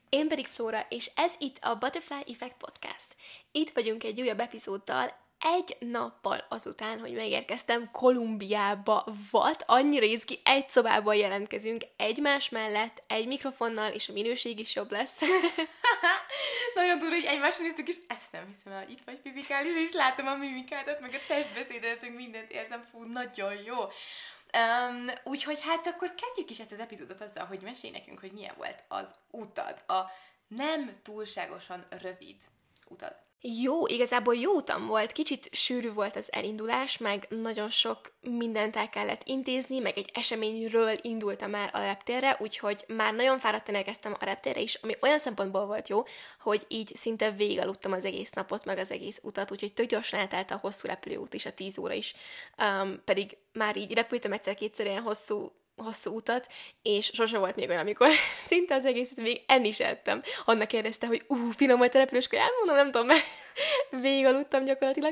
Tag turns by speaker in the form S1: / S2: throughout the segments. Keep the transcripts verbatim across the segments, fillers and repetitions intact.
S1: Én pedig Flóra, és ez itt a Butterfly Effect Podcast. Itt vagyunk egy újabb epizóddal, egy nappal azután, hogy megérkeztem Kolumbiába. What? Annyira izgi, egy szobában jelentkezünk, egymás mellett, egy mikrofonnal, és a minőség is jobb lesz.
S2: Nagyon durva, hogy egymásra néztük, és ezt nem hiszem el, hogy itt vagy fizikális, és látom a mimikádat, meg a testbeszédetünk, mindent érzem, fú, nagyon jó. Um, úgyhogy hát akkor kezdjük is ezt az epizódot azzal, hogy mesélj nekünk, hogy milyen volt az utad, a nem túlságosan rövid utad.
S1: Jó, igazából jó utam volt, kicsit sűrű volt az elindulás, meg nagyon sok mindent el kellett intézni, meg egy eseményről indultam el a reptérre, úgyhogy már nagyon fáradtan elkezdtem a reptérre is, ami olyan szempontból volt jó, hogy így szinte végigaludtam az egész napot, meg az egész utat, úgyhogy tök gyorsan eltelt a hosszú repülőút is, a tíz óra is, um, pedig már így repültem egyszer-kétszer ilyen hosszú hosszú utat, és sose volt még olyan, amikor szinte az egészet még enni is ettem. Annak kérdezte, hogy ú, finom volt a repülős kajám, mondom, nem tudom, mert végig aludtam gyakorlatilag.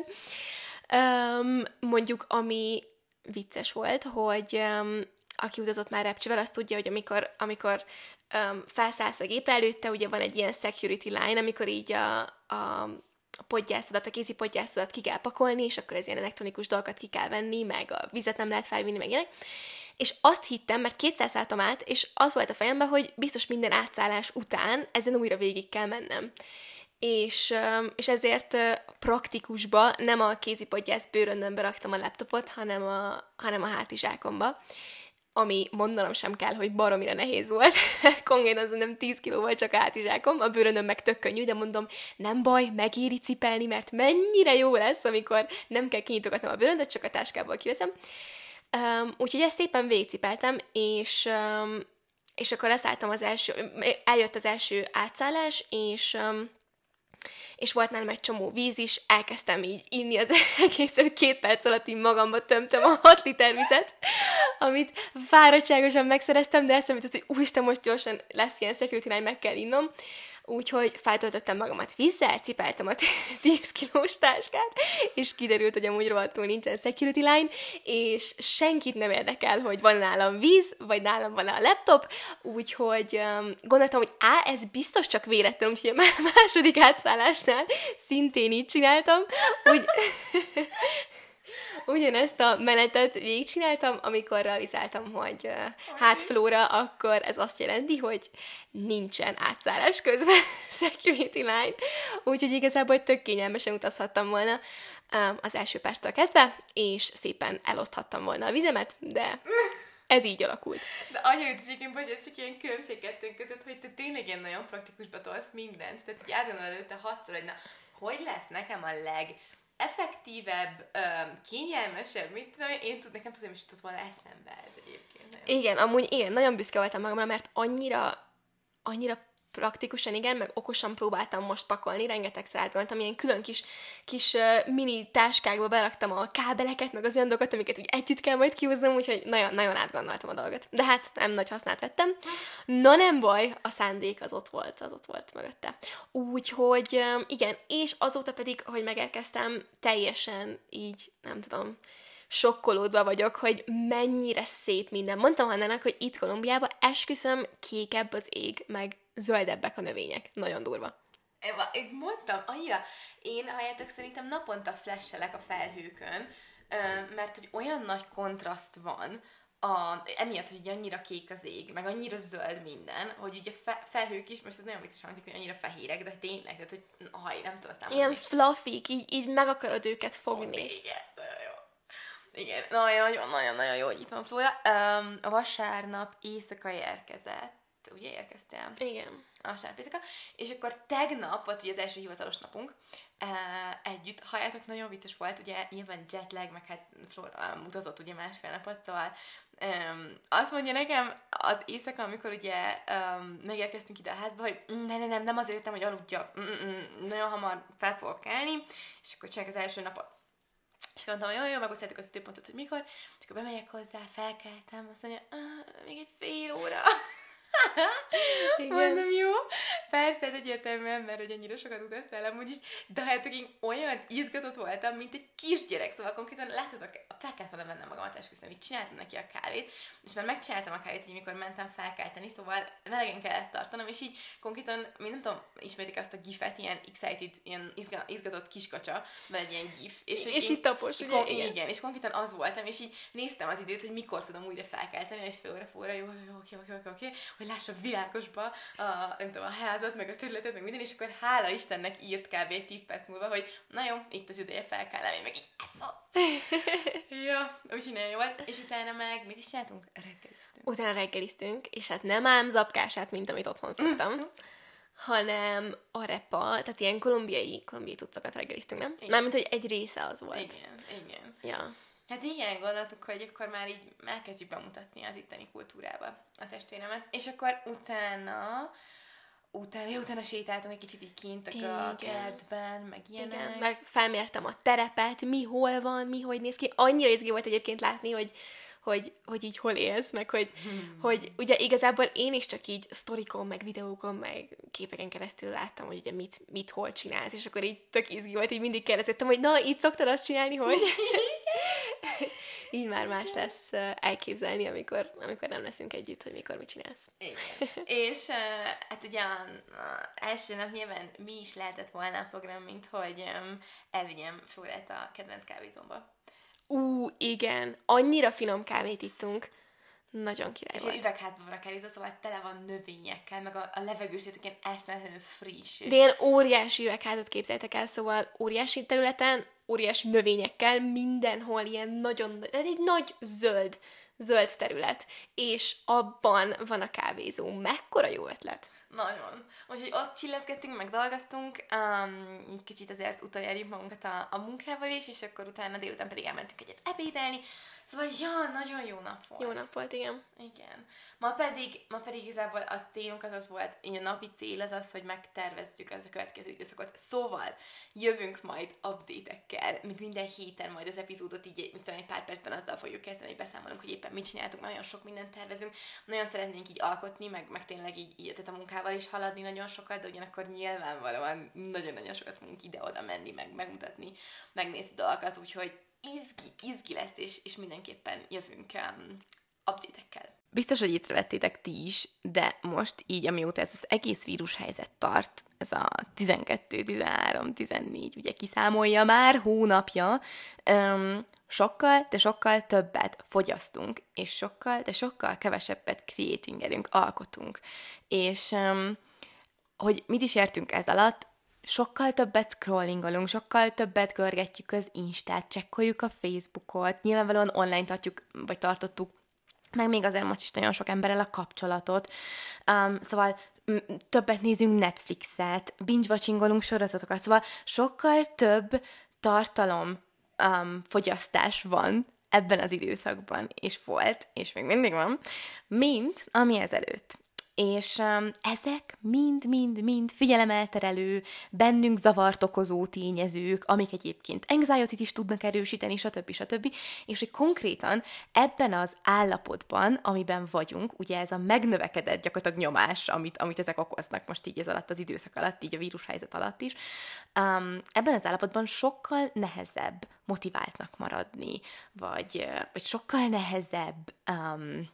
S1: Um, mondjuk, ami vicces volt, hogy um, aki utazott már repcsével, azt tudja, hogy amikor, amikor um, felszállsz a gépre előtte, ugye van egy ilyen security line, amikor így a, a a podgyászodat, a kézi podgyászodat ki kell pakolni, és akkor ez ilyen elektronikus dolgokat ki kell venni, meg a vizet nem lehet felvinni, meg ilyenek. És azt hittem, mert kétszer szálltam át, és az volt a fejemben, hogy biztos minden átszállás után ezen újra végig kell mennem. És, és ezért praktikusba nem a kézipodgyász bőröndömbe raktam a laptopot, hanem a, hanem a hátizsákomba, ami mondanom sem kell, hogy baromira nehéz volt. Konkrétan azon nem tíz kiló volt csak a hátizsákom, a bőröndöm meg tök könnyű, de mondom, nem baj, megéri cipelni, mert mennyire jó lesz, amikor nem kell kinyitogatnom a bőröndöt, csak a táskából kiveszem. Um, úgyhogy ezt szépen végigcipeltem, és, um, és akkor leszálltam az első, eljött az első átszállás, és, um, és volt nálam egy csomó víz is, elkezdtem így inni az egészet, két perc alatt így magamba tömtem a hat liter vizet, amit fáradtságosan megszereztem, de eszembe jutott, hogy úristen, most gyorsan lesz ilyen security line, meg kell innom. Úgyhogy feltöltöttem magamat vízzel, cipeltem a tíz kilós táskát, és kiderült, hogy amúgy rohadtul nincsen security line, és senkit nem érdekel, hogy van nálam víz, vagy nálam van a laptop, úgyhogy um, gondoltam, hogy á, ez biztos csak véletlen, úgyhogy a második átszállásnál szintén így csináltam, úgy... Ugyanezt a menetet végigcsináltam, amikor realizáltam, hogy uh, hát Flóra, akkor ez azt jelenti, hogy nincsen átszállás közben security line. Úgyhogy igazából tök kényelmesen utazhattam volna um, az első perctől kezdve, és szépen eloszthattam volna a vizemet, de ez így alakult.
S2: De annyira ütőségén, hogy ez csak ilyen különbség kettőnk között, hogy te tényleg ilyen nagyon praktikusba tolsz mindent. Tehát így átgondolod előtte hatszor, hogy na, hogy lesz nekem a leg... effektívebb, um, kényelmesebb, mit tudom én, én tud, nekem tudom, is jutott volna eszembe ez egyébként. Nagyon.
S1: Igen, amúgy igen, nagyon büszke voltam magamra, mert annyira, annyira praktikusan, igen, meg okosan próbáltam most pakolni, rengetegszer átgondoltam, ilyen külön kis, kis uh, mini táskákba beraktam a kábeleket, meg az olyan dolgokat, amiket úgy együtt kell majd kihúznom, úgyhogy nagyon, nagyon átgondoltam a dolgot. De hát nem nagy hasznát vettem. Na nem baj, a szándék az ott volt, az ott volt mögötte. Úgyhogy um, igen, és azóta pedig, hogy megérkeztem, teljesen így, nem tudom, sokkolódva vagyok, hogy mennyire szép minden. Mondtam Hannának, hogy itt Kolumbiában esküszöm, kékebb az ég, meg zöldebbek a növények. Nagyon durva.
S2: Én mondtam, annyira, én halljátok szerintem naponta flashelek a felhőkön, mert hogy olyan nagy kontraszt van, a, emiatt, hogy annyira kék az ég, meg annyira zöld minden, hogy ugye fe, felhők is, most ez nagyon vicces hangzik, hogy annyira fehérek, de tényleg, tehát hogy haj, nem tudom aztán
S1: ilyen fluffy, így, így meg akarod őket fogni.
S2: Oh, igen, nagyon jó. Igen, nagyon-nagyon-nagyon jó, hogy itt van Flóra. Um, a vasárnap éjszaka érkezett, ugye érkeztél?
S1: Igen.
S2: A vasárnap éjszaka, és akkor tegnap volt ugye az első hivatalos napunk uh, együtt. Halljátok, nagyon vicces volt, ugye nyilván jetlag, meg hát Flóra um, utazott ugye másfél napot, szóval um, azt mondja nekem az éjszaka, amikor ugye um, megérkeztünk ide a házba, hogy nem, nem, nem, nem azért jöttem, hogy aludjak, Mm-mm, nagyon hamar fel fogok kelni, és akkor csak az első napot. És mondtam, hogy jó, jó, megosztjátok az időpontot, hogy mikor, és akkor bemegyek hozzá, felkeltem, azt mondja, ah, még egy fél óra. Mondom, jó. Persze, egyértelműen, mert hogy annyira sokat utaztál amúgy is, de hát én olyan izgatott voltam, mint egy kisgyerek, szóval konkrétan láthatok, fel kellett volna vennem magamat, esküszöm, így csináltam neki a kávét, és már megcsináltam a kávét, így mikor mentem felkelteni, szóval melegen kellett tartanom, és így konkrétan, még nem tudom, ismerték azt a gifet, ilyen excited, ilyen izga, izgatott kiskacsa, vagy egy ilyen gif.
S1: És, és így tapos, ugye?
S2: Kon- igen. igen, és konkrétan az voltam, és így néztem az időt, hogy mikor tudom újra felkelteni, egy fél óra, fóra, jó, jó, oké, oké, oké, oké, hogy lássam világosba a, nem tudom, a házat, meg a területet, meg minden, és akkor hála Istennek írt kb. tíz perc múlva, hogy na jó, itt az ideje felkelni, meg így ez az. Ja, úgyhogy nagyon jó volt. És utána meg mit is csináltunk? Reggeliztünk.
S1: Utána reggeliztünk, és hát nem ám zapkását, mint amit otthon szoktam, mm. hanem arepa, tehát ilyen kolumbiai, kolumbiai cuccokat reggeliztünk, nem? Igen. Mármint, hogy egy része az volt.
S2: Igen, igen.
S1: Ja.
S2: Hát igen, gondoltuk, hogy akkor már így elkezdjük bemutatni az itteni kultúrába a testvéremet. És akkor utána, utána, utána sétáltunk egy kicsit így kint a kertben, meg ilyenek.
S1: Igen, meg felmértem a terepet, mi hol van, mi hogy néz ki. Annyira izgi volt egyébként látni, hogy Hogy, hogy így hol élsz, meg hogy, hmm. hogy ugye igazából én is csak így sztorikon, meg videókon, meg képeken keresztül láttam, hogy ugye mit, mit hol csinálsz, és akkor így tök izgi volt, így mindig kérdeztem, hogy na, így szoktad azt csinálni, hogy? Így már más lesz elképzelni, amikor, amikor nem leszünk együtt, hogy mikor mit csinálsz.
S2: Igen. És uh, hát ugye az első nap nyilván mi is lehetett volna a program, mint hogy um, elvigyem Flórát a kedvenc kávézómba.
S1: Ú, igen. Annyira finom kávét ittunk. Nagyon király
S2: és
S1: volt.
S2: És egy üvegházban van a kávézó, szóval tele van növényekkel, meg a, a levegőség ilyen eszméletlenül friss.
S1: De ilyen óriási üvegházat képzeltek el, szóval óriási területen, óriási növényekkel, mindenhol ilyen nagyon, tehát egy nagy zöld, zöld terület. És abban van a kávézó. Mekkora jó ötlet!
S2: Nagyon. Úgyhogy ott csillezgettünk, meg dolgoztunk, um, így kicsit azért utolérjük magunkat a, a munkával is, és akkor utána délután pedig elmentünk egyet ebédelni. Szóval, ja, nagyon jó nap volt.
S1: Jó nap volt, igen.
S2: Igen. Ma pedig, ma pedig igazából a célunk az az volt, így a napi cél az az, hogy megtervezzük az a következő időszakot. Szóval jövünk majd update-ekkel, még minden héten majd az epizódot így, mint tudom, egy pár percben azzal fogjuk kezdeni, hogy beszámolunk, hogy éppen mit csináltuk, nagyon sok mindent tervezünk, nagyon szeretnénk így alkotni, meg, meg tényleg így, így tehát a munkával is haladni nagyon sokat, de ugyanakkor nyilvánvalóan nagyon-nagyon sokat fogunk ide-oda menni, meg megmutatni, megnézni dolgokat, úgyhogy izgi, izgi lesz, és, és mindenképpen jövünk um, update-ekkel. Biztos, hogy észrevettétek ti is, de most így, amióta ez az egész vírushelyzet tart, ez a tizenkettő, tizenhárom, tizennégy, ugye kiszámolja már hónapja, um, sokkal, de sokkal többet fogyasztunk, és sokkal, de sokkal kevesebbet creatingelünk, alkotunk. És um, hogy mit is értünk ez alatt, sokkal többet scrollingolunk, sokkal többet görgetjük az Instát, csekkoljuk a Facebookot, nyilvánvalóan online tartjuk, vagy tartottuk, meg még azért most is nagyon sok emberrel a kapcsolatot. Um, szóval m- többet nézünk Netflixet, binge-watchingolunk sorozatokat, szóval sokkal több tartalom um, fogyasztás van ebben az időszakban, és volt, és még mindig van, mint ami ezelőtt. És um, ezek mind-mind-mind figyelemelterelő, bennünk zavart okozó tényezők, amik egyébként anxiety-t is tudnak erősíteni, stb. stb. És hogy konkrétan ebben az állapotban, amiben vagyunk, ugye ez a megnövekedett gyakorlatilag nyomás, amit, amit ezek okoznak most így ez alatt az időszak alatt, így a vírushelyzet alatt is, um, ebben az állapotban sokkal nehezebb motiváltnak maradni, vagy, vagy sokkal nehezebb um,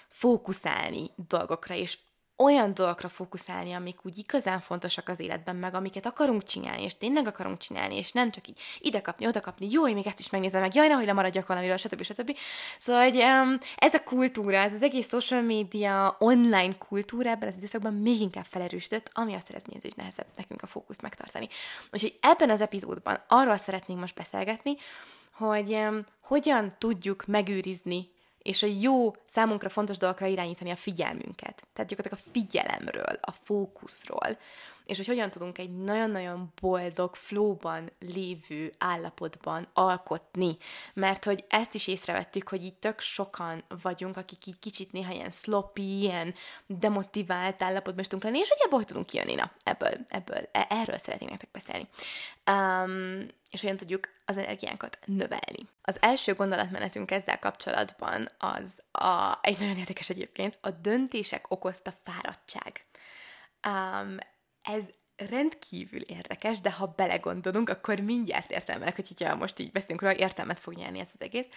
S2: fókuszálni dolgokra, és olyan dolgokra fókuszálni, amik úgy igazán fontosak az életben, meg amiket akarunk csinálni, és tényleg akarunk csinálni, és nem csak így ide kapni, oda kapni, jó, én még ezt is megnézem meg, jaj, nehogy lemaradjak valamiről, stb. stb. Szóval, hogy um, ez a kultúra, ez az egész social media, online kultúra ebben az időszakban még inkább felerősödött, ami azt eredményezi, hogy nehezebb nekünk a fókuszt megtartani. Úgyhogy ebben az epizódban arról szeretnénk most beszélgetni, hogy um, hogyan tudjuk megőrizni és a jó, számunkra fontos dolgokra irányítani a figyelmünket. Tehát gyakorlatilag a figyelemről, a fókuszról, és hogy hogyan tudunk egy nagyon-nagyon boldog, flowban lévő állapotban alkotni. Mert hogy ezt is észrevettük, hogy így tök sokan vagyunk, akik így kicsit néha ilyen sloppy, ilyen demotivált állapotban is tudunk lenni, és hogy ebből hogy tudunk kijönni. Na, ebből, ebből, erről szeretnék nektek beszélni. Um, és hogyan tudjuk az energiánkat növelni. Az első gondolatmenetünk ezzel kapcsolatban az a, egy nagyon érdekes egyébként, a döntések okozta fáradtság. Um, ez rendkívül érdekes, de ha belegondolunk, akkor mindjárt értelmelek, hogy hogyha most így beszélünk róla, értelmet fog nyerni ez az egész.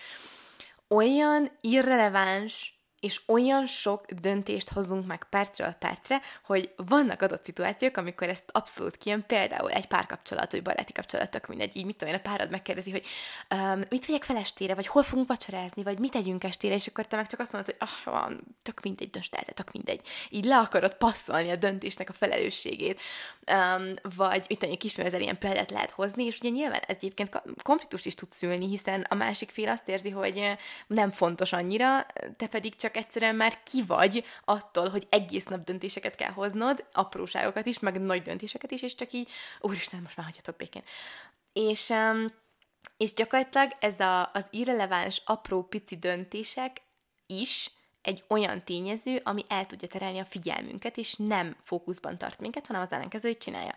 S2: Olyan irreleváns és olyan sok döntést hozunk meg percről percre, hogy vannak adott szituációk, amikor ezt abszolút kijön, például egy párkapcsolat, vagy baráti kapcsolat, tök mindegy, így mit tudom én, a párod megkérdezi, hogy um, mit vegyek fel estére, vagy hol fogunk vacsorázni, vagy mit tegyünk estére, és akkor te meg csak azt mondod, hogy ah, van, tök mindegy, döntsd el, de tök mindegy. Így le akarod passzolni a döntésnek a felelősségét. Um, vagy itt egy kisművezel ilyen példát lehet hozni, és ugye nyilván ez egyébként konfliktust is tud szülni, hiszen a másik fél azt érzi, hogy nem fontos annyira, te pedig csak egyszerűen már ki vagy attól, hogy egész nap döntéseket kell hoznod, apróságokat is, meg nagy döntéseket is, és csak így, úristen, most már hagyjatok békén. És, um, és gyakorlatilag ez a, az irreleváns, apró, pici döntések is egy olyan tényező, ami el tudja terelni a figyelmünket, és nem fókuszban tart minket, hanem az ellenkezőjét csinálja.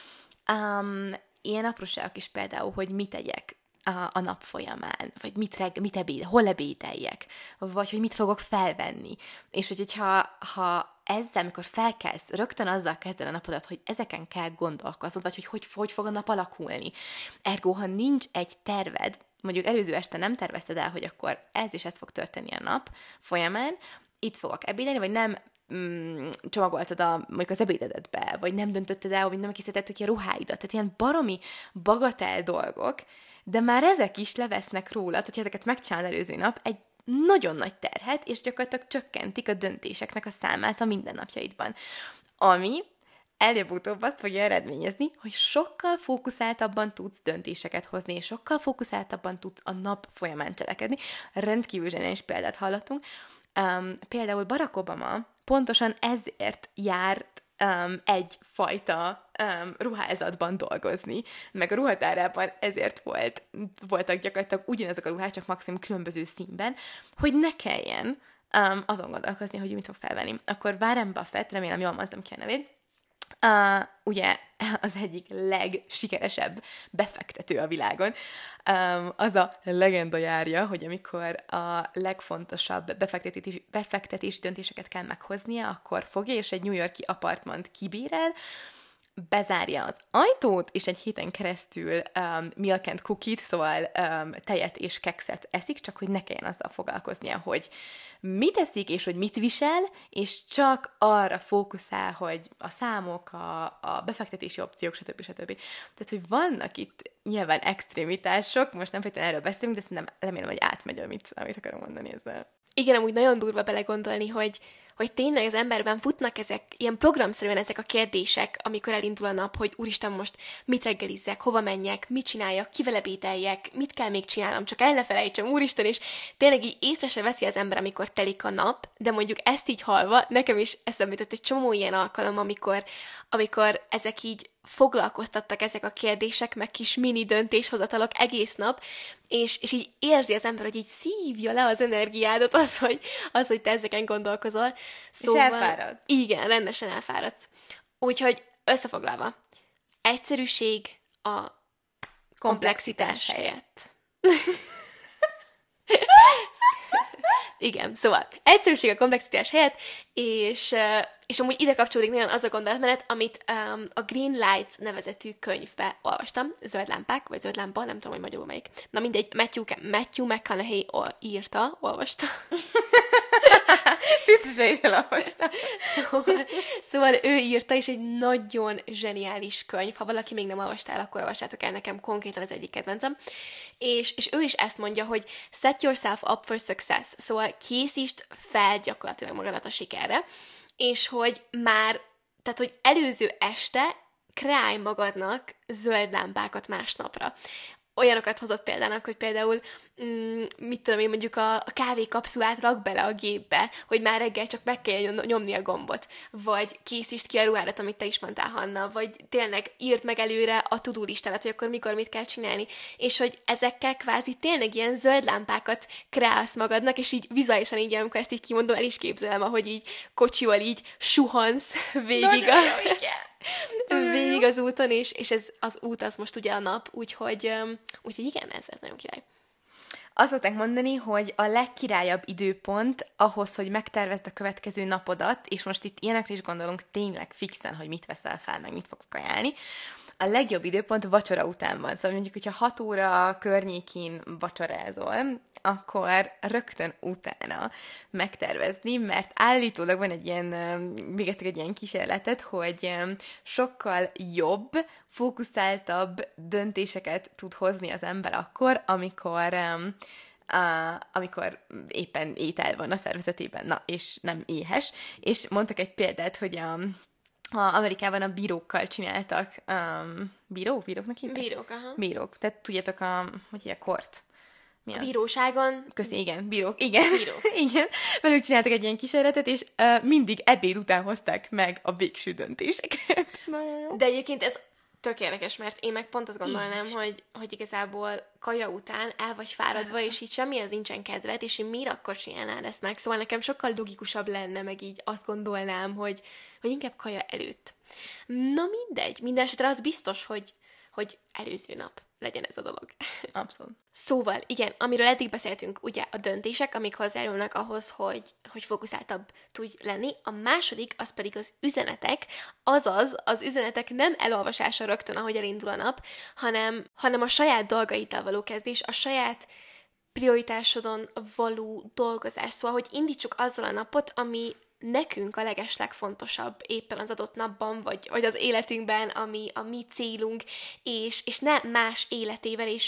S2: Um, ilyen apróságok is például, hogy mit tegyek a, a nap folyamán, vagy mit, reg, mit ebéd, hol ebédeljek, vagy hogy mit fogok felvenni. És hogy, hogyha ha ezzel, amikor felkelsz, rögtön azzal kezded a napodat, hogy ezeken kell gondolkoznod, vagy hogy hogy, hogy fog a nap alakulni. Ergo, ha nincs egy terved, mondjuk előző este nem tervezted el, hogy akkor ez és ez fog történni a nap folyamán, itt fogok ebédelni, vagy nem mm, csomagoltad a, mondjuk az ebédedet be, vagy nem döntötted el, vagy nem készítetted ki a ruháidat. Tehát ilyen baromi bagatel dolgok, de már ezek is levesznek rólad, hogyha ezeket megcsinálod előző nap, egy nagyon nagy terhet, és gyakorlatilag csökkentik a döntéseknek a számát a mindennapjaidban. Ami előbb-utóbb azt fogja eredményezni, hogy sokkal fókuszáltabban tudsz döntéseket hozni, és sokkal fókuszáltabban tudsz a nap folyamán cselekedni. Rendkívül zseniális példát hallottunk. Um, például Barack Obama pontosan ezért járt um, egyfajta um, ruházatban dolgozni, meg a ruhatárában ezért volt, voltak gyakorlatilag ugyanazok a ruhák, csak maximum különböző színben, hogy ne kelljen um, azon gondolkozni, hogy mit fog felvenni. Akkor Warren Buffett, remélem jól mondtam ki a nevét, Uh, ugye az egyik legsikeresebb befektető a világon, um, az a legenda járja, hogy amikor a legfontosabb befektetési, befektetési döntéseket kell meghoznia, akkor fogja, és egy New York-i apartmant kibérel, bezárja az ajtót, és egy héten keresztül um, milk and cookie-t, szóval um, tejet és kekszet eszik, csak hogy ne kelljen azzal foglalkoznia, hogy mit eszik, és hogy mit visel, és csak arra fókuszál, hogy a számok, a, a befektetési opciók, stb. stb. Tehát, hogy vannak itt nyilván extrémitások, most nem feltétlenül erről beszélünk, de szerintem remélem, hogy átmegy, amit, amit akarom mondani ezzel.
S1: Igen, amúgy nagyon durva belegondolni, hogy hogy tényleg az emberben futnak ezek, ilyen programszerűen ezek a kérdések, amikor elindul a nap, hogy úristen, most mit reggelizzek, hova menjek, mit csináljak, kivel ebédeljek, mit kell még csinálnom, csak el ne felejtsem, úristen, és tényleg így észre se veszi az ember, amikor telik a nap, de mondjuk ezt így hallva, nekem is eszembe jutott egy csomó ilyen alkalom, amikor, amikor ezek így foglalkoztattak ezek a kérdések, meg kis mini döntéshozatalok egész nap, és, és így érzi az ember, hogy így szívja le az energiádat az, hogy, az, hogy te ezeken gondolkozol.
S2: Szóval, és elfárad.
S1: Igen, rendesen elfáradsz. Úgyhogy összefoglalva, egyszerűség a komplexitás, komplexitás helyett. Igen, szóval egyszerűség a komplexitás helyett, és, és amúgy ide kapcsolódik nagyon az a gondolatmenet, amit um, a Green Lights nevezetű könyvbe olvastam, zöld lámpák, vagy zöld lámpa, nem tudom, hogy magyarul melyik. Na mindegy, Matthew, Matthew McConaughey írta, olvasta.
S2: Biztos, hogy is elolvasta.
S1: Szóval, szóval ő írta, és egy nagyon zseniális könyv. Ha valaki még nem olvasta el, akkor olvassátok el, nekem konkrétan az egyik kedvencem. És, és ő is ezt mondja, hogy set yourself up for success. Szóval készítsd fel gyakorlatilag magadat a sikerre, és hogy már, tehát hogy előző este kreálj magadnak zöld lámpákat másnapra. Olyanokat hozott példának, hogy például mm, mit tudom én, mondjuk a, a kávékapszulát rak bele a gépbe, hogy már reggel csak meg kell nyomni a gombot, vagy készítsd ki a ruhádat, amit te is mondtál, Hanna, vagy tényleg írd meg előre a to-do listádat, hogy akkor mikor mit kell csinálni, és hogy ezekkel kvázi tényleg ilyen zöld lámpákat kreálsz magadnak, és így vizuálisan így, amikor ezt így kimondom, el is képzelem, ahogy így kocsival így suhansz végig a... végig az úton, és, és ez az út az most ugye a nap, úgyhogy, um, úgyhogy igen, ez, ez nagyon király.
S2: Azt szokták mondani, hogy a legkirályabb időpont ahhoz, hogy megtervezd a következő napodat, és most itt ilyenekre is gondolunk tényleg fixen, hogy mit veszel fel, meg mit fogsz kajálni, a legjobb időpont vacsora után van. Szóval mondjuk, hogyha hat óra környékén vacsorázol, akkor rögtön utána megtervezni, mert állítólag van egy ilyen, végeztek egy ilyen kísérletet, hogy sokkal jobb, fókuszáltabb döntéseket tud hozni az ember akkor, amikor... Uh, amikor éppen étel van a szervezetében, na, és nem éhes. És mondtak egy példát, hogy a A Amerikában a bírókkal csináltak. Um, bírók? Bíróknak hívják?
S1: Bírók, aha.
S2: Bírók. Tehát tudjátok a, hogy ilyen kort.
S1: Mi a az? Bíróságon.
S2: Köszi, igen, bírók, igen.
S1: Bírók.
S2: Igen. Velük csináltak egy ilyen kísérletet, és uh, mindig ebéd után hozták meg a végső döntéseket. Nagyon jó.
S1: De egyébként ez tök érdekes, mert én meg pont azt gondolnám, hogy, hogy igazából kaja után el vagy fáradva, Fáradva. és így semmihez nincsen kedved, és én miért akkor csinálnád ezt meg? Szóval nekem sokkal logikusabb lenne, meg így azt gondolnám, hogy, hogy inkább kaja előtt. Na mindegy, minden esetre az biztos, hogy, hogy előző nap legyen ez a dolog.
S2: Abszolút.
S1: Szóval, igen, amiről eddig beszéltünk, ugye a döntések, amik hozzájárulnak ahhoz, hogy, hogy fókuszáltabb tudj lenni. A második, az pedig az üzenetek, azaz az üzenetek nem elolvasása rögtön, ahogy elindul a nap, hanem, hanem a saját dolgaiddal való kezdés, a saját prioritásodon való dolgozás. Szóval, hogy indítsuk azzal a napot, ami nekünk a legeslegfontosabb éppen az adott napban, vagy, vagy az életünkben, ami a mi célunk, és, és ne más életével és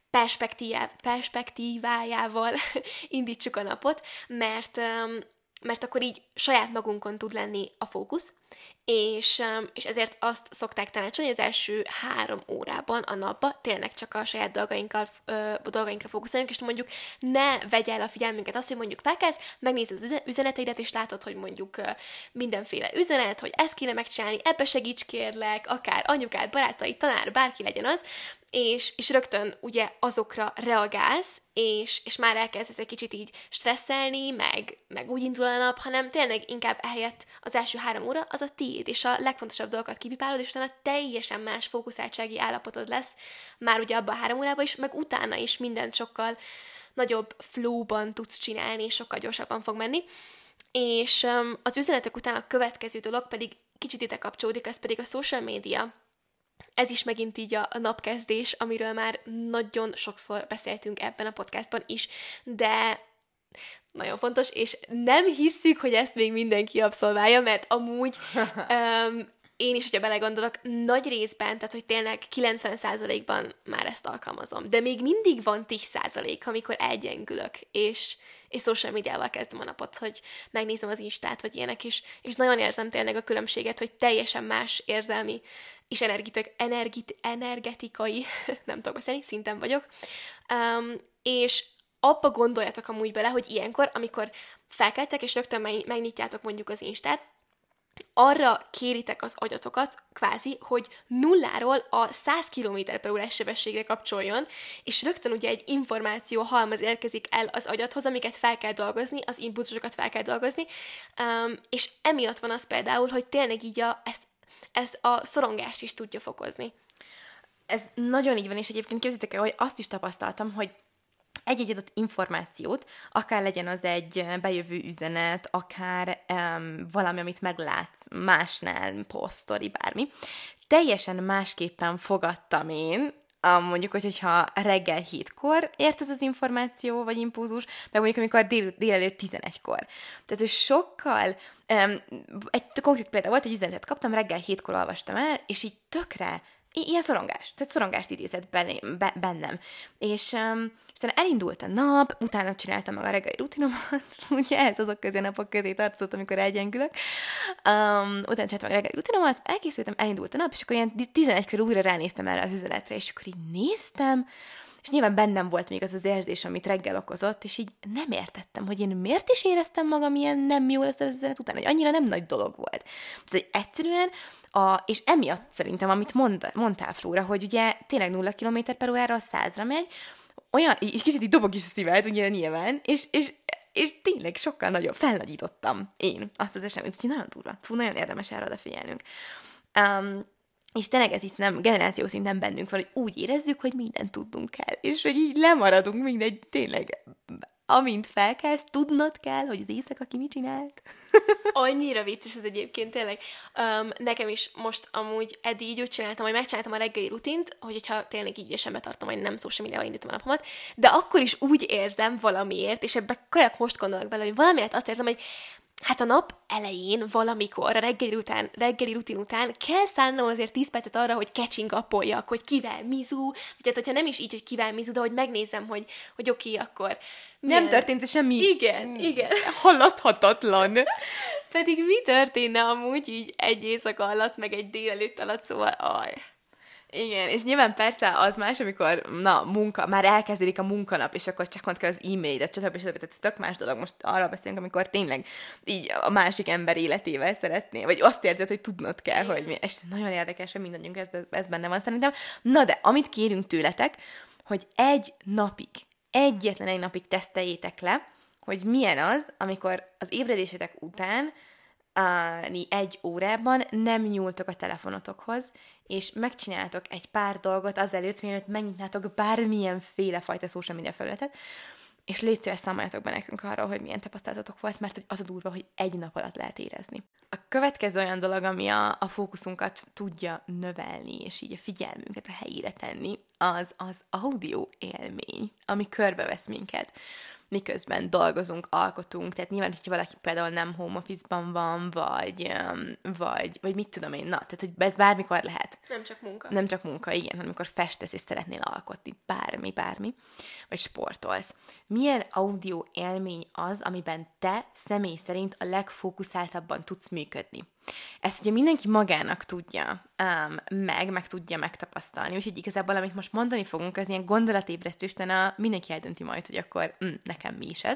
S1: perspektívájával indítsuk a napot, mert, mert akkor így saját magunkon tud lenni a fókusz, és, és ezért azt szokták tanácsolni, hogy az első három órában a napban tényleg csak a saját dolgainkkal, ö, dolgainkra fókuszáljunk, és mondjuk ne vegye el a figyelmünket azt, hogy mondjuk felkelsz, megnézed az üzeneteidet, és látod, hogy mondjuk ö, mindenféle üzenet, hogy ezt kéne megcsinálni, ebbe segíts kérlek, akár anyukád, barátaid, tanár, bárki legyen az, és, és rögtön ugye azokra reagálsz, és, és már elkezdesz egy kicsit így stresszelni, meg, meg úgy indul a nap, hanem tényleg inkább ehelyett az első három óra az a tiéd, és a legfontosabb dolgokat kipipálod, és utána teljesen más fókuszáltsági állapotod lesz, már ugye abban a három órában is, meg utána is mindent sokkal nagyobb flow-ban tudsz csinálni, és sokkal gyorsabban fog menni. És um, az üzenetek után a következő dolog pedig kicsit ide kapcsolódik, ez pedig a social media. Ez is megint így a, a napkezdés, amiről már nagyon sokszor beszéltünk ebben a podcastban is, de nagyon fontos, és nem hisszük, hogy ezt még mindenki abszolválja, mert amúgy um, én is, hogyha belegondolok, nagy részben, tehát hogy tényleg kilencven százalékban már ezt alkalmazom, de még mindig van tíz százalék, amikor elgyengülök, és, és social médiával kezdem a napot, hogy megnézem az Instát, vagy ilyenek is, és nagyon érzem tényleg a különbséget, hogy teljesen más érzelmi és energetik, energit, energetikai, nem tudok beszélni, szinten vagyok, um, és abba gondoljatok amúgy bele, hogy ilyenkor, amikor felkeltek, és rögtön megnyitjátok mondjuk az Instát, arra kéritek az agyatokat, kvázi, hogy nulláról a száz kilométer per órás sebességre kapcsoljon, és rögtön ugye egy információ halmaz érkezik el az agyadhoz, amiket fel kell dolgozni, az impulzusokat fel kell dolgozni, um, és emiatt van az például, hogy tényleg így a, ezt, ez a szorongást is tudja fokozni.
S2: Ez nagyon így van, és egyébként képzeljétek el, hogy azt is tapasztaltam, hogy egy-egy adott információt, akár legyen az egy bejövő üzenet, akár um, valami, amit meglátsz másnál, posztori, bármi, teljesen másképpen fogadtam én, um, mondjuk, hogyha reggel hétkor ért ez az információ, vagy impulzus, meg mondjuk, amikor dél, délelőtt tizenegykor. Tehát, hogy sokkal, um, egy konkrét példa volt, egy üzenetet kaptam, reggel hétkor olvastam el, és így tökre, ilyen szorongás, tehát szorongást idézett bennem. És, um, és utána elindult a nap, utána csináltam meg a reggeli rutinomat, ugye ez azok közé napok közé tartozott, amikor elgyengülök. Um, utána csináltam meg a reggeli rutinomat, elkészültem, elindult a nap, és akkor ilyen tizenegy körül újra ránéztem erre az üzenetre, és akkor így néztem,
S3: és nyilván bennem volt még az az érzés, amit reggel okozott, és így nem értettem, hogy én miért is éreztem magam ilyen nem jól ezt az üzenet után, hogy annyira nem nagy dolog volt. Tehát egyszerűen, a, és emiatt szerintem, amit mond, mondtál, Flóra, hogy ugye tényleg nulla kilométer per órára százra megy, olyan, így kicsit így dobog is a szíved, ugye nyilván, és, és, és tényleg sokkal nagyobb, felnagyítottam én azt az eseményt, hogy nagyon durva. Fú, nagyon érdemes erre odafigyelnünk. Um, és tényleg ez is nem generáció szinten bennünk van, hogy úgy érezzük, hogy mindent tudnunk kell, és hogy így lemaradunk mindegy, tényleg, amint felkelsz, tudnod kell, hogy az éjszaka ki mit csinált.
S1: Annyira vicces ez egyébként, tényleg. Um, nekem is most amúgy eddig így úgy csináltam, hogy megcsináltam a reggeli rutint, hogy hogyha tényleg így ügyesen betartom, hogy nem szó sem mindenhol indítom a napomat, de akkor is úgy érzem valamiért, és ebben kajak most gondolok bele, hogy valamiért azt érzem, hogy hát a nap elején valamikor, a reggeli, után, reggeli rutin után kell szánnom azért tíz percet arra, hogy catching-upoljak, hogy kivel mizu, vagy hát hogyha nem is így, hogy kivel mizu, de hogy megnézem, hogy, hogy oké, okay, akkor
S3: milyen... Nem történt semmi...
S1: Igen, igen.
S3: Hallaszthatatlan.
S1: Pedig mi történne amúgy így egy éjszaka alatt, meg egy délelőtt alatt, szóval aj.
S3: Igen, és nyilván persze az más, amikor, na, munka, már elkezdődik a munkanap, és akkor csekkont kell az e-mailet, stb. stb. Tehát ez tök más dolog, most arra beszélünk, amikor tényleg így a másik ember életével szeretné, vagy azt érzed, hogy tudnod kell, hogy mi, és nagyon érdekes, hogy mindannyiunk ez, ez benne van szerintem. Na de, amit kérünk tőletek, hogy egy napig, egyetlen egy napig teszteljétek le, hogy milyen az, amikor az ébredésetek után Uh, egy órában nem nyúltok a telefonotokhoz, és megcsináltok egy pár dolgot azelőtt, mielőtt megnyitnátok bármilyen féle fajta social media felületet, és légy szíves, számoljatok be nekünk arról, hogy milyen tapasztalatotok volt, mert hogy az a durva, hogy egy nap alatt lehet érezni. A következő olyan dolog, ami a, a fókuszunkat tudja növelni, és így a figyelmünket a helyére tenni, az az audio élmény, ami körbevesz minket, miközben dolgozunk, alkotunk, tehát nyilván, hogyha valaki például nem home office-ban van, vagy, vagy, vagy mit tudom én, na, tehát, hogy ez bármikor lehet.
S1: Nem csak munka.
S3: Nem csak munka, igen, hanem amikor festesz és szeretnél alkotni, bármi, bármi, vagy sportolsz. Milyen audio élmény az, amiben te személy szerint a legfókuszáltabban tudsz működni? Ezt ugye mindenki magának tudja um, meg, meg tudja megtapasztalni, úgyhogy igazából, amit most mondani fogunk, az ilyen gondolatébresztő, utána mindenki eldönti majd, hogy akkor mm, nekem mi is ez,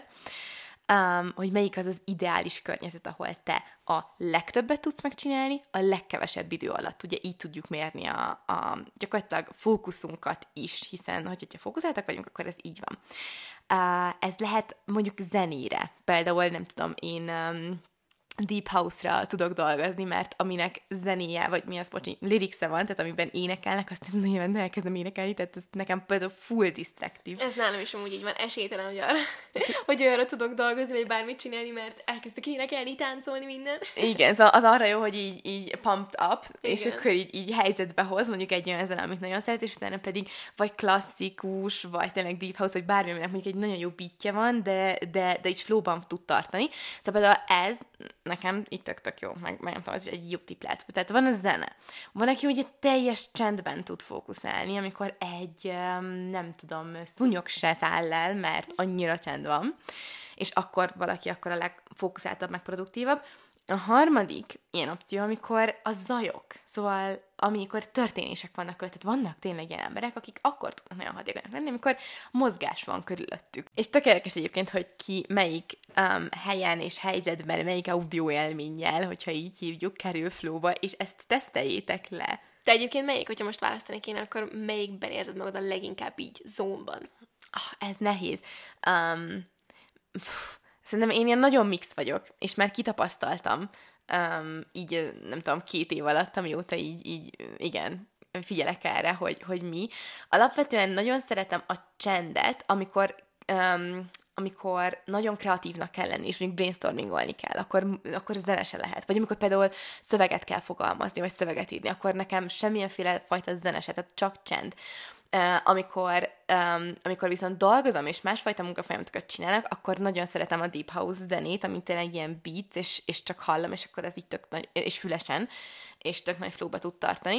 S3: um, hogy melyik az az ideális környezet, ahol te a legtöbbet tudsz megcsinálni, a legkevesebb idő alatt. Ugye így tudjuk mérni a, a gyakorlatilag fókuszunkat is, hiszen hogyha fókuszáltak vagyunk, akkor ez így van. Uh, ez lehet mondjuk zenére. Például, nem tudom, én... Um, Deep House-ra tudok dolgozni, mert aminek zenéje, vagy mi az, bocsi, liriksze van, tehát amiben énekelnek, azt nagyon elkezdem énekelni, tehát ez nekem például full disztraktív.
S1: Ez nálam is amúgy így van, esélytelen, hogy arra, hogy arra tudok dolgozni, vagy bármit csinálni, mert elkezdek énekelni, táncolni, minden.
S3: Igen, az, az arra jó, hogy így, így pumped up, igen. És akkor így, így helyzetbe hoz, mondjuk egy olyan zene, amit nagyon szeret, és utána pedig vagy klasszikus, vagy tényleg Deep House, vagy bármi, aminek mondjuk egy nagyon jó beatje van, de, de, de így flowban tud tartani. Szóval például ez nekem így tök-tök jó, meg, meg nem tudom, ez is egy jó tipp lehet. Tehát van a zene. Van, aki ugye teljes csendben tud fókuszálni, amikor egy, nem tudom, szúnyog se száll el, mert annyira csend van, és akkor valaki akkor a legfókuszáltabb, meg produktívabb. A harmadik ilyen opció, amikor a zajok, szóval amikor történések vannak körül, tehát vannak tényleg ilyen emberek, akik akkor tudnak nagyon hatékonyak lenni, amikor mozgás van körülöttük. És tök érdekes egyébként, hogy ki melyik um, helyen és helyzetben, melyik audio élménnyel, hogyha így hívjuk, kerül flowba, és ezt teszteljétek le.
S1: Te egyébként melyik, hogyha most választani kéne, akkor melyikben érzed magad a leginkább így zónban?
S3: Ah, ez nehéz. Um, pff, Szerintem én ilyen nagyon mix vagyok, és már kitapasztaltam, um, így nem tudom, két év alatt, amióta így, így igen, figyelek erre, hogy, hogy mi. Alapvetően nagyon szeretem a csendet, amikor, um, amikor nagyon kreatívnak kell lenni, és mondjuk brainstormingolni kell, akkor, akkor zene se lehet. Vagy amikor például szöveget kell fogalmazni, vagy szöveget írni, akkor nekem semmilyenféle fajta zene se, tehát csak csend. Uh, amikor, um, amikor viszont dolgozom, és másfajta munkafolyamatokat csinálok, akkor nagyon szeretem a Deep House zenét, amit tényleg ilyen beats, és, és csak hallom, és akkor az így tök nagy, és fülesen, és tök nagy flowba tud tartani.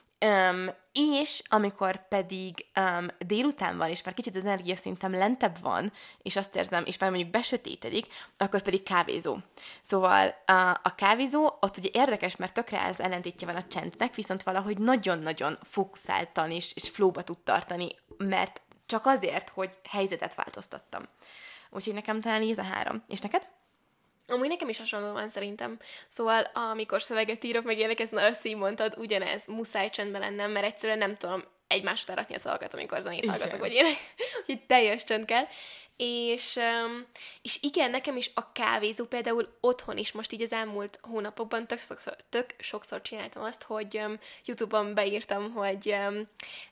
S3: Um, és amikor pedig um, délután van, és már kicsit az energiaszintem lentebb van, és azt érzem, és már mondjuk besötétedik, akkor pedig kávézó. Szóval uh, a kávézó ott ugye érdekes, mert tökre az ellentétje van a csendnek, viszont valahogy nagyon-nagyon fókuszáltan és, és flowba tud tartani, mert csak azért, hogy helyzetet változtattam. Úgyhogy nekem talán így ez a három. És neked?
S1: Amúgy nekem is hasonló van szerintem. Szóval, amikor szöveget írok, meg ilyenek, ezt na össze mondtad, ugyanez, muszáj csendben lennem, mert egyszerűen nem tudom egymás után rakni a szavakat, amikor zenét hallgatok, vagy ilyenek. Úgyhogy teljes csönd kell. És, és igen, nekem is a kávézó például otthon is, most így az elmúlt hónapokban tök sokszor, tök sokszor csináltam azt, hogy um, YouTube-on beírtam, hogy um,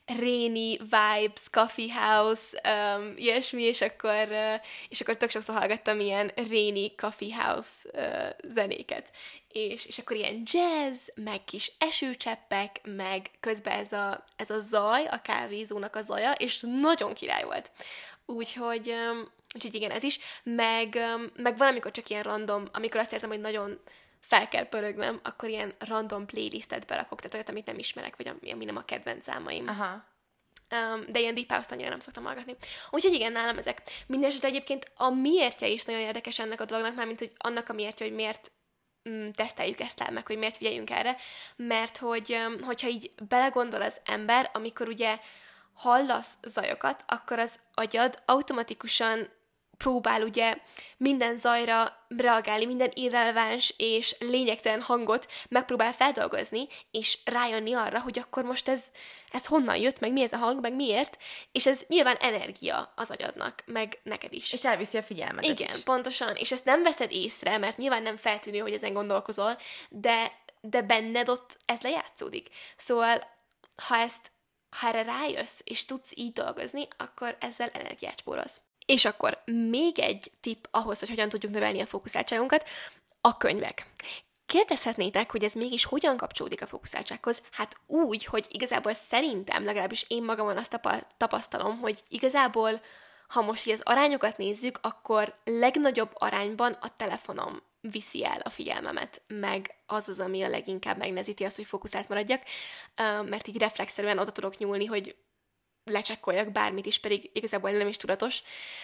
S1: rainy vibes, coffee house, um, ilyesmi, és akkor, uh, és akkor tök sokszor hallgattam ilyen rainy coffee house uh, zenéket. És, és akkor ilyen jazz, meg kis esőcseppek, meg közben ez a, ez a zaj, a kávézónak a zaja, és nagyon király volt. Úgyhogy, um, úgyhogy igen, ez is. Meg, um, meg valamikor csak ilyen random, amikor azt érzem, hogy nagyon fel kell pörögnem, akkor ilyen random playlistet berakok, tehát olyat, amit nem ismerek, vagy ami, ami nem a kedvenc számaim. Aha. Um, de ilyen deep house-t annyira nem szoktam hallgatni. Úgyhogy igen, nálam ezek. Mindenesetre egyébként a miértje is nagyon érdekes ennek a dolognak, mármint, hogy annak a miértje, hogy miért mm, teszteljük ezt el, meg hogy miért figyeljünk erre, mert hogy, um, hogyha így belegondol az ember, amikor ugye hallasz zajokat, akkor az agyad automatikusan próbál ugye minden zajra reagálni, minden irreleváns és lényegtelen hangot megpróbál feldolgozni, és rájönni arra, hogy akkor most ez, ez honnan jött, meg mi ez a hang, meg miért, és ez nyilván energia az agyadnak, meg neked is.
S3: És elviszi a figyelmedet.
S1: Igen,
S3: is.
S1: pontosan, és ezt nem veszed észre, mert nyilván nem feltűnő, hogy ezen gondolkozol, de, de benned ott ez lejátszódik. Szóval, ha ezt ha erre rájössz, és tudsz így dolgozni, akkor ezzel energiát spórolsz. És akkor még egy tipp ahhoz, hogy hogyan tudjuk növelni a fókuszáltságunkat, a könyvek. Kérdezhetnétek, hogy ez mégis hogyan kapcsolódik a fókuszáltsághoz? Hát úgy, hogy igazából szerintem, legalábbis én magamon azt tapasztalom, hogy igazából, ha most így az arányokat nézzük, akkor legnagyobb arányban a telefonom viszi el a figyelmemet, meg az az, ami a leginkább megnehezíti azt, hogy fókuszált maradjak, mert így reflexzerűen oda tudok nyúlni, hogy lecsekkoljak bármit is, pedig igazából nem is tudatos.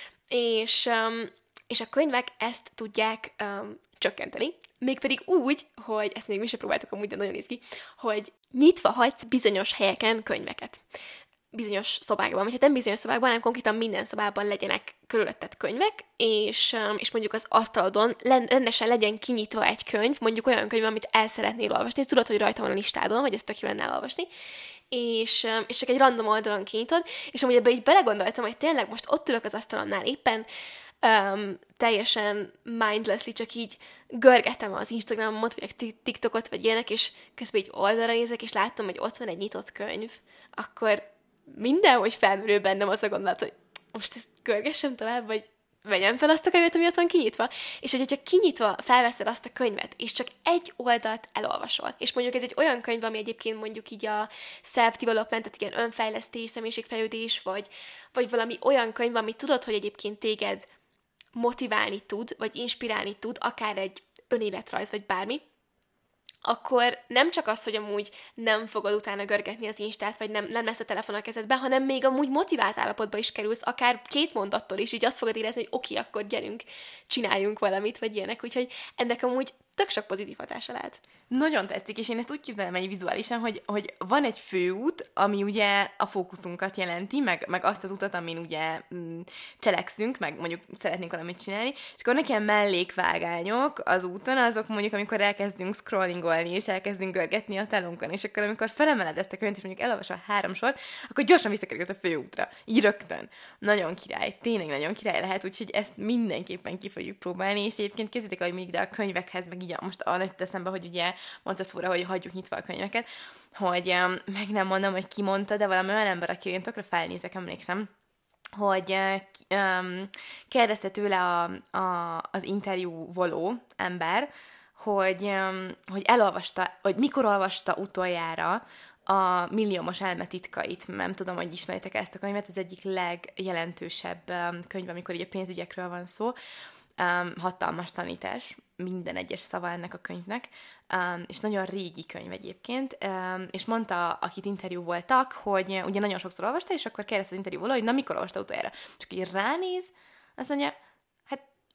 S1: És, és a könyvek ezt tudják um, csökkenteni, mégpedig úgy, hogy ezt még mi sem próbáltuk amúgy, de nagyon néz ki, hogy nyitva hagysz bizonyos helyeken könyveket. Bizonyos szobákban, vagy hát nem bizonyos szobákban, hanem konkrétan minden szobában legyenek körülötted könyvek, és, és mondjuk az asztalodon rendesen legyen kinyitva egy könyv, mondjuk olyan könyv, amit el szeretnél olvasni, tudod, hogy rajta van a listádon, hogy ezt tök jó lenne elolvasni, és, és csak egy random oldalon kinyitod, és amúgy ebbe így belegondoltam, hogy tényleg most ott ülök az asztalonnál éppen, um, teljesen mindlessly csak így görgetem az Instagramot, vagy a TikTokot, vagy ilyenek, és közben így oldalra nézek, és látom, hogy ott van egy nyitott könyv, akkor mindenhogy felmerül bennem az a gondolat, hogy most ezt görgessem tovább, vagy vegyem fel azt a könyvet, ami ott van kinyitva. És hogyha kinyitva felveszed azt a könyvet, és csak egy oldalt elolvasol, és mondjuk ez egy olyan könyv, ami egyébként mondjuk így a self-development, tehát ilyen önfejlesztés, személyiségfejlődés, vagy, vagy valami olyan könyv, ami tudod, hogy egyébként téged motiválni tud, vagy inspirálni tud, akár egy önéletrajz, vagy bármi, akkor nem csak az, hogy amúgy nem fogod utána görgetni az Instát, vagy nem, nem lesz a telefon a kezedbe, hanem még amúgy motivált állapotba is kerülsz, akár két mondattól is, így azt fogod érezni, hogy oké, akkor gyerünk, csináljunk valamit, vagy ilyenek, úgyhogy ennek amúgy tök sok pozitív hatása lehet.
S3: Nagyon tetszik, és én ezt úgy képzelem egy vizuálisan, hogy, hogy van egy főút, ami ugye a fókuszunkat jelenti, meg, meg azt az utat, amin ugye mm, cselekszünk, meg mondjuk szeretnénk valamit csinálni, és akkor nekem mellékvágányok az úton, azok mondjuk, amikor elkezdünk scrollingolni, és elkezdünk görgetni a telunkon, és akkor amikor felemeled ezt a könyvet, és mondjuk elolvasol három sort, akkor gyorsan visszakerülsz a főútra. Így rögtön. Nagyon király, tényleg nagyon király lehet, úgyhogy ezt mindenképpen ki fogjuk próbálni, és egyébként készítik, hogy még ide a könyvekhez, meg így most annak eszembe, hogy ugye mondtad fura, hogy hagyjuk nyitva a könyveket, hogy um, meg nem mondom, hogy ki mondta, de valami olyan ember, aki én tökre felnézek, emlékszem, hogy um, kérdezte tőle a, a, az interjú voló ember, hogy, um, hogy elolvasta, hogy mikor olvasta utoljára a Milliómos elme titkait. Nem tudom, hogy ismeritek ezt a könyvet, ez egyik legjelentősebb um, könyv, amikor így a pénzügyekről van szó. Um, hatalmas tanítás, minden egyes szava ennek a könyvnek, um, és nagyon régi könyv egyébként, um, és mondta, akit interjú voltak, hogy uh, ugye nagyon sokszor olvasta, és akkor kérdezte az interjú volna, hogy na, mikor olvasta utoljára. És akkor így ránéz, azt mondja, hát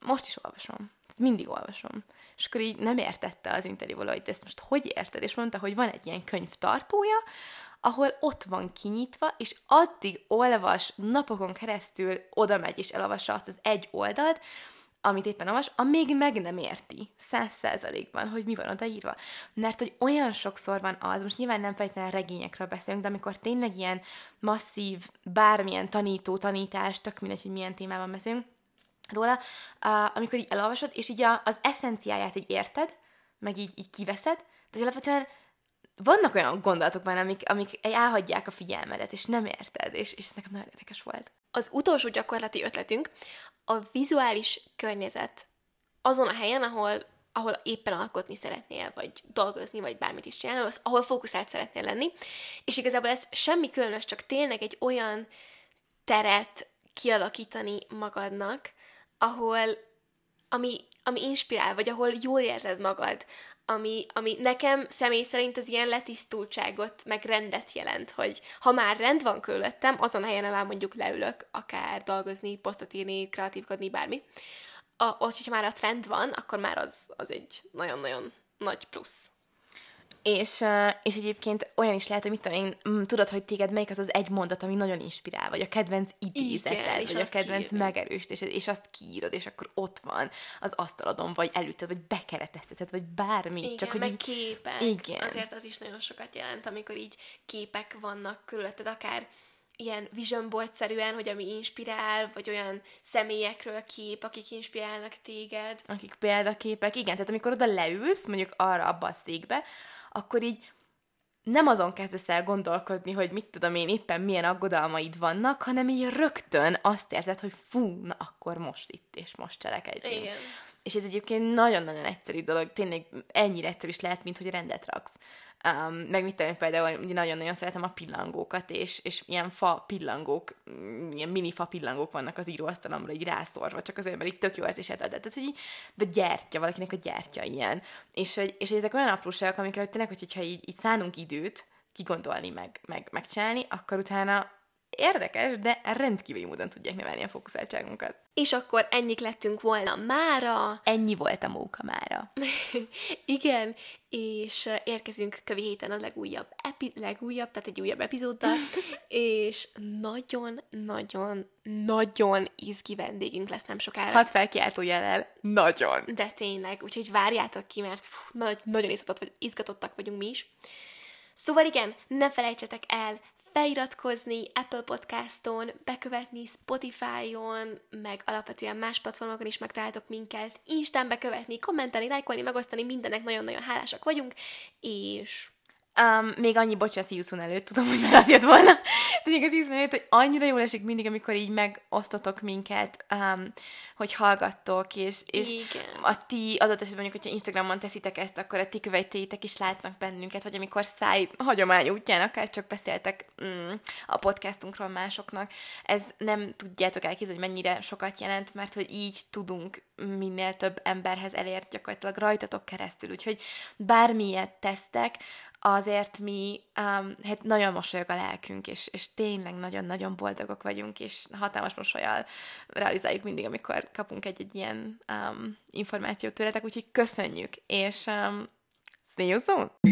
S3: most is olvasom. Mindig olvasom. És akkor így nem értette az interjúval, hogy ezt most hogy érted? És mondta, hogy van egy ilyen könyvtartója, ahol ott van kinyitva, és addig olvas napokon keresztül, oda megy és elolvassa azt az egy oldalt, amit éppen olvas, amíg meg nem érti száz százalékban, hogy mi van odaírva. Mert hogy olyan sokszor van az, most nyilván nem feltétlenül regényekről beszélünk, de amikor tényleg ilyen masszív, bármilyen tanító, tanítás, tök mindegy, hogy milyen témában beszélünk róla, uh, amikor így elolvasod, és így a, az eszenciáját így érted, meg így, így kiveszed, de alapvetően vannak olyan gondolatok benne, amik, amik elhagyják a figyelmedet, és nem érted, és, és ez nekem nagyon érdekes volt.
S1: Az utolsó gyakorlati ötletünk a vizuális környezet azon a helyen, ahol, ahol éppen alkotni szeretnél, vagy dolgozni, vagy bármit is csinálni, ahol fókuszált szeretnél lenni, és igazából ez semmi különös, csak tényleg egy olyan teret kialakítani magadnak, ahol, ami, ami inspirál, vagy ahol jól érzed magad, ami, ami nekem személy szerint az ilyen letisztultságot, meg rendet jelent, hogy ha már rend van körülöttem, azon a helyen, ahol mondjuk leülök, akár dolgozni, posztot írni, kreatívkodni, bármi, a, az, hogyha már a trend van, akkor már az, az egy nagyon-nagyon nagy plusz.
S3: És, uh, és egyébként olyan is lehet, hogy mit tudom én, mm, tudod, hogy téged melyik az az egy mondat, ami nagyon inspirál, vagy a kedvenc idézeted, vagy a kedvenc megerősítésed, és azt kiírod, és akkor ott van az asztalodon, vagy előtted, vagy bekeretezteted, vagy bármi.
S1: Igen,
S3: csak, hogy
S1: meg
S3: így...
S1: képek.
S3: Igen.
S1: Azért az is nagyon sokat jelent, amikor így képek vannak körülötted, akár ilyen vision board-szerűen, hogy ami inspirál, vagy olyan személyekről kép, akik inspirálnak téged.
S3: Akik példaképek, igen, tehát amikor oda leülsz, mondjuk arra abba a székbe, akkor így nem azon kezdesz el gondolkodni, hogy mit tudom én, éppen milyen aggodalmaid vannak, hanem így rögtön azt érzed, hogy fú, na akkor most itt, és most cselekedjünk.
S1: Igen.
S3: És ez egyébként nagyon-nagyon egyszerű dolog, tényleg ennyire egyszerű is lehet, mint hogy rendet raksz. Um, meg mit tudom, például nagyon-nagyon szeretem a pillangókat, és, és ilyen fa pillangók, ilyen mini fa pillangók vannak az íróasztalomra, így rászorva, csak azért, mert így tök jó érzéset ad. Tehát, hogy így, vagy gyertya, valakinek a gyertya ilyen. És, hogy, és ezek olyan apróságok, amikre hogy tényleg, hogyha így, így szánunk időt kigondolni, meg, meg megcsinálni, akkor utána érdekes, de rendkívüli módon tudják növelni a fókuszáltságunkat.
S1: És akkor ennyik lettünk volna mára.
S3: Ennyi volt a móka mára.
S1: Igen, és érkezünk kövi héten a legújabb, epi- legújabb, tehát egy újabb epizóddal, és nagyon-nagyon-nagyon izgi vendégünk lesz nem sokára.
S3: Hadd felkiáltó jellel. Nagyon.
S1: De tényleg, úgyhogy várjátok ki, mert fú, nagy, nagyon izgatott, vagy izgatottak vagyunk mi is. Szóval igen, ne felejtsetek el feliratkozni Apple Podcaston, bekövetni Spotify-on, meg alapvetően más platformokon is megtaláltok minket, Instán bekövetni, kommentelni, lájkolni, megosztani, mindennek nagyon-nagyon hálásak vagyunk, és...
S3: Um, még annyi, bocsánat, Szíjuszun előtt, tudom, hogy már az jött volna, de még az Szíjuszun előtt, hogy annyira jól esik mindig, amikor így megosztotok minket, um, hogy hallgattok, és, és a ti adott esetben mondjuk, hogyha Instagramon teszitek ezt, akkor a ti követőitek is látnak bennünket, vagy amikor száj hagyomány útján akár csak beszéltek mm, a podcastunkról másoknak. Ez nem tudjátok elképzelni, hogy mennyire sokat jelent, mert hogy így tudunk minél több emberhez elért gyakorlatilag rajtatok keresztül, úgyhogy bármilyet tesztek, azért mi um, hát nagyon mosolyog a lelkünk, és, és tényleg nagyon-nagyon boldogok vagyunk, és hatalmas mosollyal realizáljuk mindig, amikor kapunk egy-egy ilyen um, információt tőletek, úgyhogy köszönjük, és um, see you soon!